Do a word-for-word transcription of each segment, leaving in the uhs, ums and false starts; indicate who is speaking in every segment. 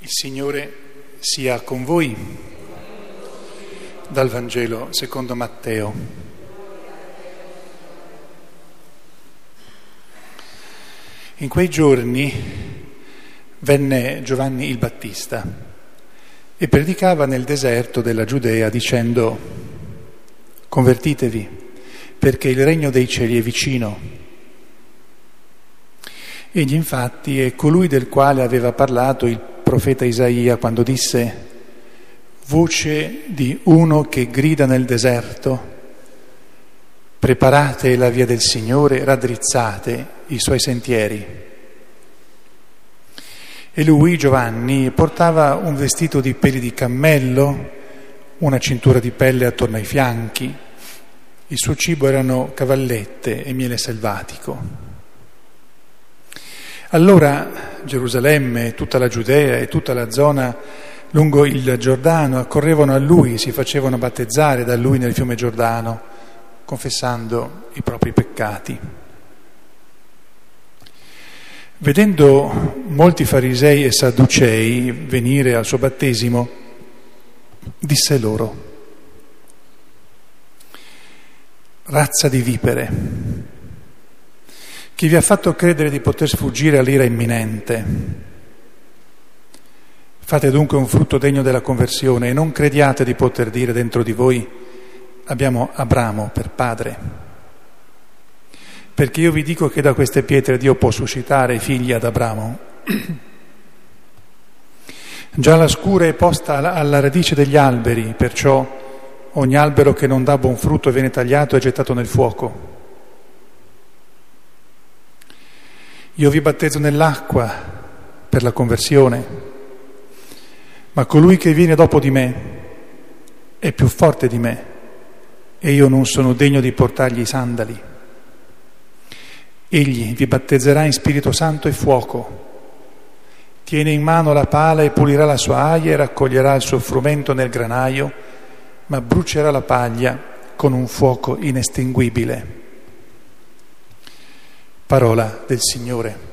Speaker 1: Il Signore sia con voi. Dal Vangelo secondo Matteo. In quei giorni venne Giovanni il Battista e predicava nel deserto della Giudea dicendo: convertitevi, perché il regno dei cieli è vicino. Egli infatti è colui del quale aveva parlato il profeta Isaia quando disse: voce di uno che grida nel deserto, preparate la via del Signore, raddrizzate i suoi sentieri. E lui, Giovanni, portava un vestito di peli di cammello, una cintura di pelle attorno ai fianchi. Il suo cibo erano cavallette e miele selvatico. Allora Gerusalemme, tutta la Giudea e tutta la zona lungo il Giordano accorrevano a lui, si facevano battezzare da lui nel fiume Giordano, confessando i propri peccati. Vedendo molti farisei e sadducei venire al suo battesimo, disse loro: razza di vipere, chi vi ha fatto credere di poter sfuggire all'ira imminente? Fate dunque un frutto degno della conversione e non crediate di poter dire dentro di voi: abbiamo Abramo per padre. Perché io vi dico che da queste pietre Dio può suscitare figli ad Abramo. Già la scura è posta alla radice degli alberi, perciò ogni albero che non dà buon frutto viene tagliato e gettato nel fuoco. Io vi battezzo nell'acqua per la conversione, ma colui che viene dopo di me è più forte di me e io non sono degno di portargli i sandali. Egli vi battezzerà in Spirito Santo e fuoco. Tiene in mano la pala e pulirà la sua aia e raccoglierà il suo frumento nel granaio, ma brucerà la paglia con un fuoco inestinguibile. Parola del Signore.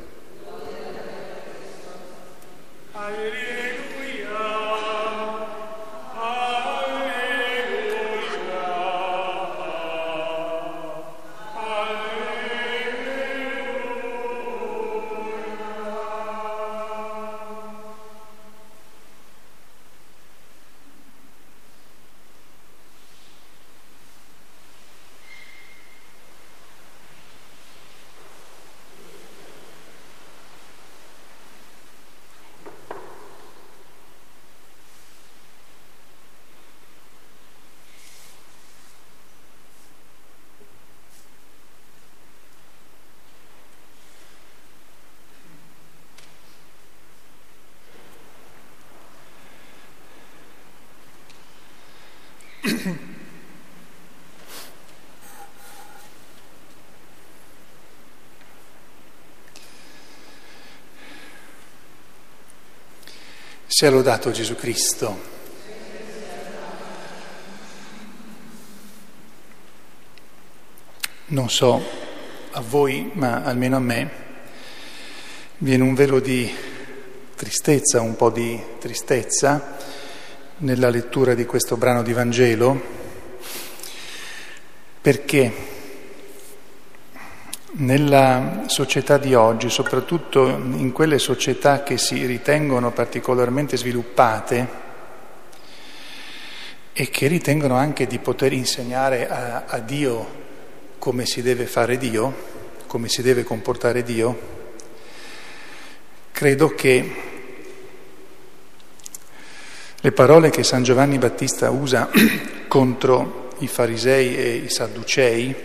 Speaker 1: Sia lodato Gesù Cristo. Non so a voi, ma almeno a me viene un velo di tristezza, un po' di tristezza nella lettura di questo brano di Vangelo, perché nella società di oggi, soprattutto in quelle società che si ritengono particolarmente sviluppate e che ritengono anche di poter insegnare a, a Dio come si deve fare Dio, come si deve comportare Dio, credo che le parole che San Giovanni Battista usa contro i farisei e i sadducei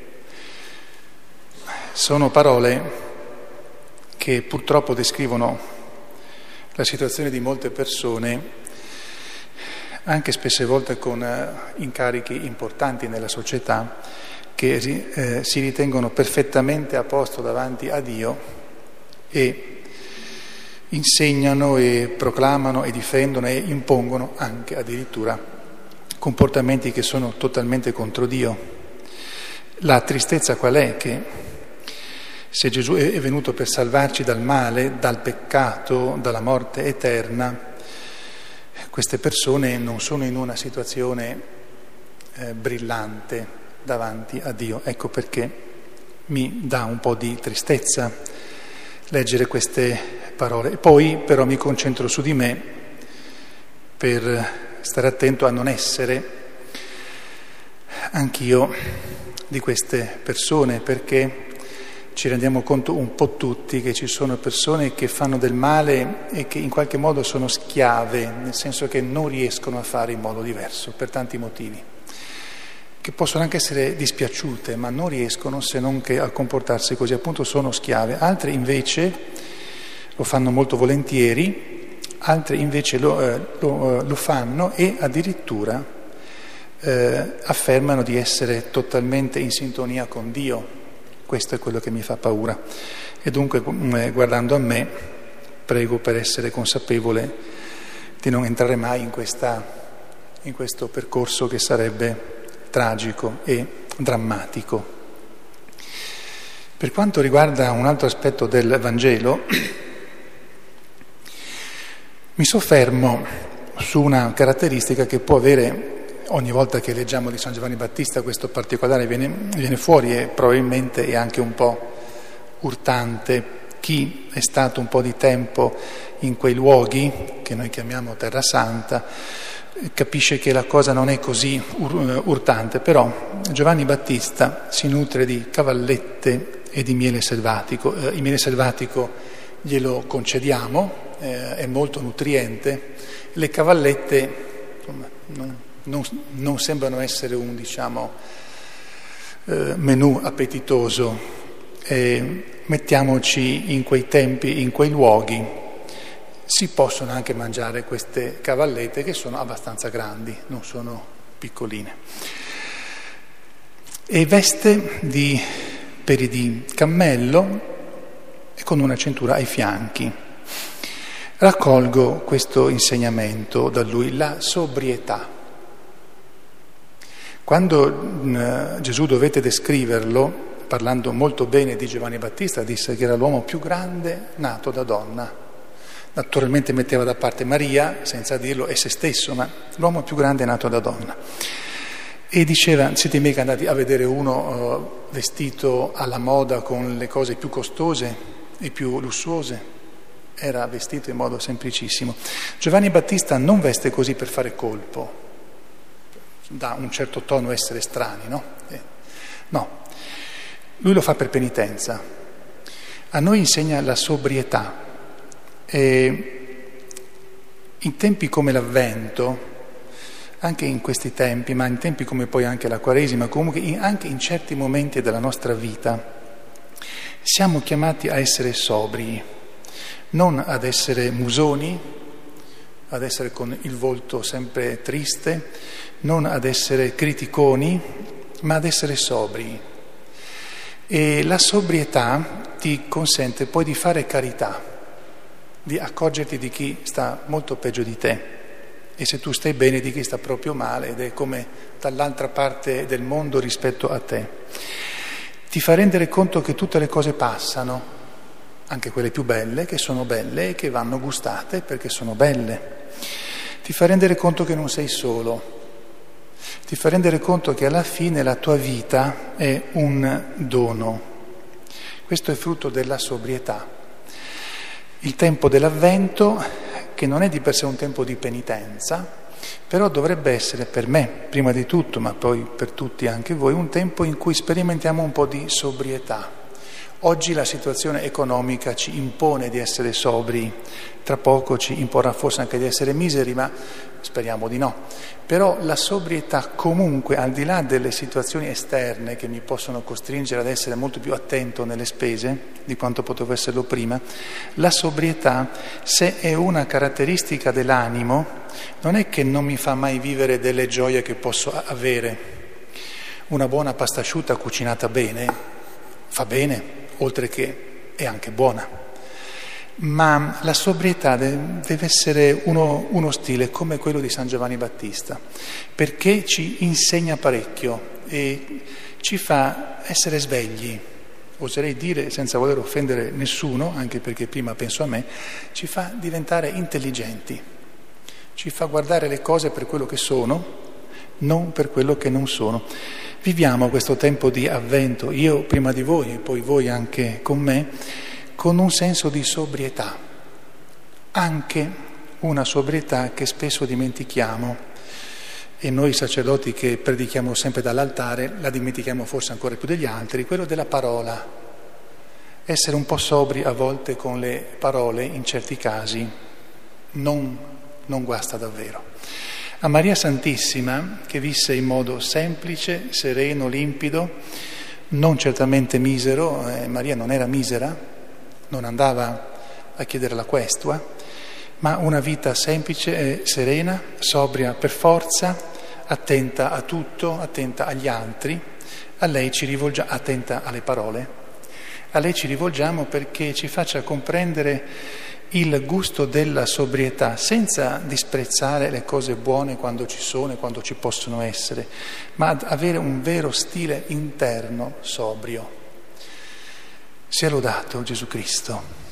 Speaker 1: sono parole che purtroppo descrivono la situazione di molte persone, anche spesse volte con incarichi importanti nella società, che eh, si ritengono perfettamente a posto davanti a Dio e insegnano e proclamano e difendono e impongono anche addirittura comportamenti che sono totalmente contro Dio. La tristezza qual è? Che Se Gesù è venuto per salvarci dal male, dal peccato, dalla morte eterna, queste persone non sono in una situazione eh, brillante davanti a Dio. Ecco perché mi dà un po' di tristezza leggere queste parole. E poi però mi concentro su di me per stare attento a non essere anch'io di queste persone, perché ci rendiamo conto un po' tutti che ci sono persone che fanno del male e che in qualche modo sono schiave, nel senso che non riescono a fare in modo diverso, per tanti motivi, che possono anche essere dispiaciute, ma non riescono se non che a comportarsi così, appunto sono schiave. Altri invece lo fanno molto volentieri, altri invece lo, eh, lo, eh, lo fanno e addirittura eh, affermano di essere totalmente in sintonia con Dio. Questo è quello che mi fa paura. E dunque, guardando a me, prego per essere consapevole di non entrare mai in, questa, in questo percorso che sarebbe tragico e drammatico. Per quanto riguarda un altro aspetto del Vangelo, mi soffermo su una caratteristica che può avere. Ogni volta che leggiamo di San Giovanni Battista questo particolare viene, viene fuori e probabilmente è anche un po' urtante. Chi è stato un po' di tempo in quei luoghi che noi chiamiamo Terra Santa capisce che la cosa non è così ur- urtante, però Giovanni Battista si nutre di cavallette e di miele selvatico. Eh, il miele selvatico glielo concediamo, eh, è molto nutriente. Le cavallette insomma, non Non, non sembrano essere un, diciamo, eh, menù appetitoso. Eh, mettiamoci in quei tempi, in quei luoghi, si possono anche mangiare queste cavallette che sono abbastanza grandi, non sono piccoline. E veste di peli di cammello e con una cintura ai fianchi. Raccolgo questo insegnamento da lui, la sobrietà. Quando eh, Gesù dovette descriverlo, parlando molto bene di Giovanni Battista, disse che era l'uomo più grande nato da donna. Naturalmente metteva da parte Maria, senza dirlo, e se stesso, ma l'uomo più grande nato da donna. E diceva, siete mica andati a vedere uno eh, vestito alla moda con le cose più costose e più lussuose? Era vestito in modo semplicissimo. Giovanni Battista non veste così per fare colpo, da un certo tono essere strani, no? Eh, no, lui lo fa per penitenza. A noi insegna la sobrietà. E in tempi come l'Avvento, anche in questi tempi, ma in tempi come poi anche la Quaresima, comunque in, anche in certi momenti della nostra vita, siamo chiamati a essere sobri, non ad essere musoni, ad essere con il volto sempre triste, non ad essere criticoni, ma ad essere sobri. E la sobrietà ti consente poi di fare carità, di accorgerti di chi sta molto peggio di te e se tu stai bene di chi sta proprio male ed è come dall'altra parte del mondo rispetto a te. Ti fa rendere conto che tutte le cose passano, anche quelle più belle, che sono belle e che vanno gustate perché sono belle. Ti fa rendere conto che non sei solo. Ti fa rendere conto che alla fine la tua vita è un dono. Questo è frutto della sobrietà. Il tempo dell'Avvento, che non è di per sé un tempo di penitenza, però dovrebbe essere per me, prima di tutto, ma poi per tutti anche voi, un tempo in cui sperimentiamo un po' di sobrietà. Oggi la situazione economica ci impone di essere sobri, tra poco ci imporrà forse anche di essere miseri, ma speriamo di no. Però la sobrietà comunque, al di là delle situazioni esterne che mi possono costringere ad essere molto più attento nelle spese di quanto potevo esserlo prima, la sobrietà, se è una caratteristica dell'animo, non è che non mi fa mai vivere delle gioie che posso avere. Una buona pasta asciutta cucinata bene fa bene, oltre che è anche buona. Ma la sobrietà deve essere uno, uno stile come quello di San Giovanni Battista, perché ci insegna parecchio e ci fa essere svegli, oserei dire, senza voler offendere nessuno, anche perché prima penso a me, ci fa diventare intelligenti, ci fa guardare le cose per quello che sono, non per quello che non sono. Viviamo questo tempo di avvento, io prima di voi e poi voi anche con me, con un senso di sobrietà, anche una sobrietà che spesso dimentichiamo. E noi sacerdoti che predichiamo sempre dall'altare la dimentichiamo forse ancora più degli altri, quello della parola. Essere un po' sobri a volte con le parole in certi casi non, non guasta davvero. A Maria Santissima, che visse in modo semplice, sereno, limpido, non certamente misero, eh, Maria non era misera, non andava a chiedere la questua, ma una vita semplice e serena, sobria per forza, attenta a tutto, attenta agli altri. A lei ci rivolgiamo, attenta alle parole, a lei ci rivolgiamo perché ci faccia comprendere il gusto della sobrietà, senza disprezzare le cose buone quando ci sono e quando ci possono essere, ma ad avere un vero stile interno sobrio. Sia lodato Gesù Cristo.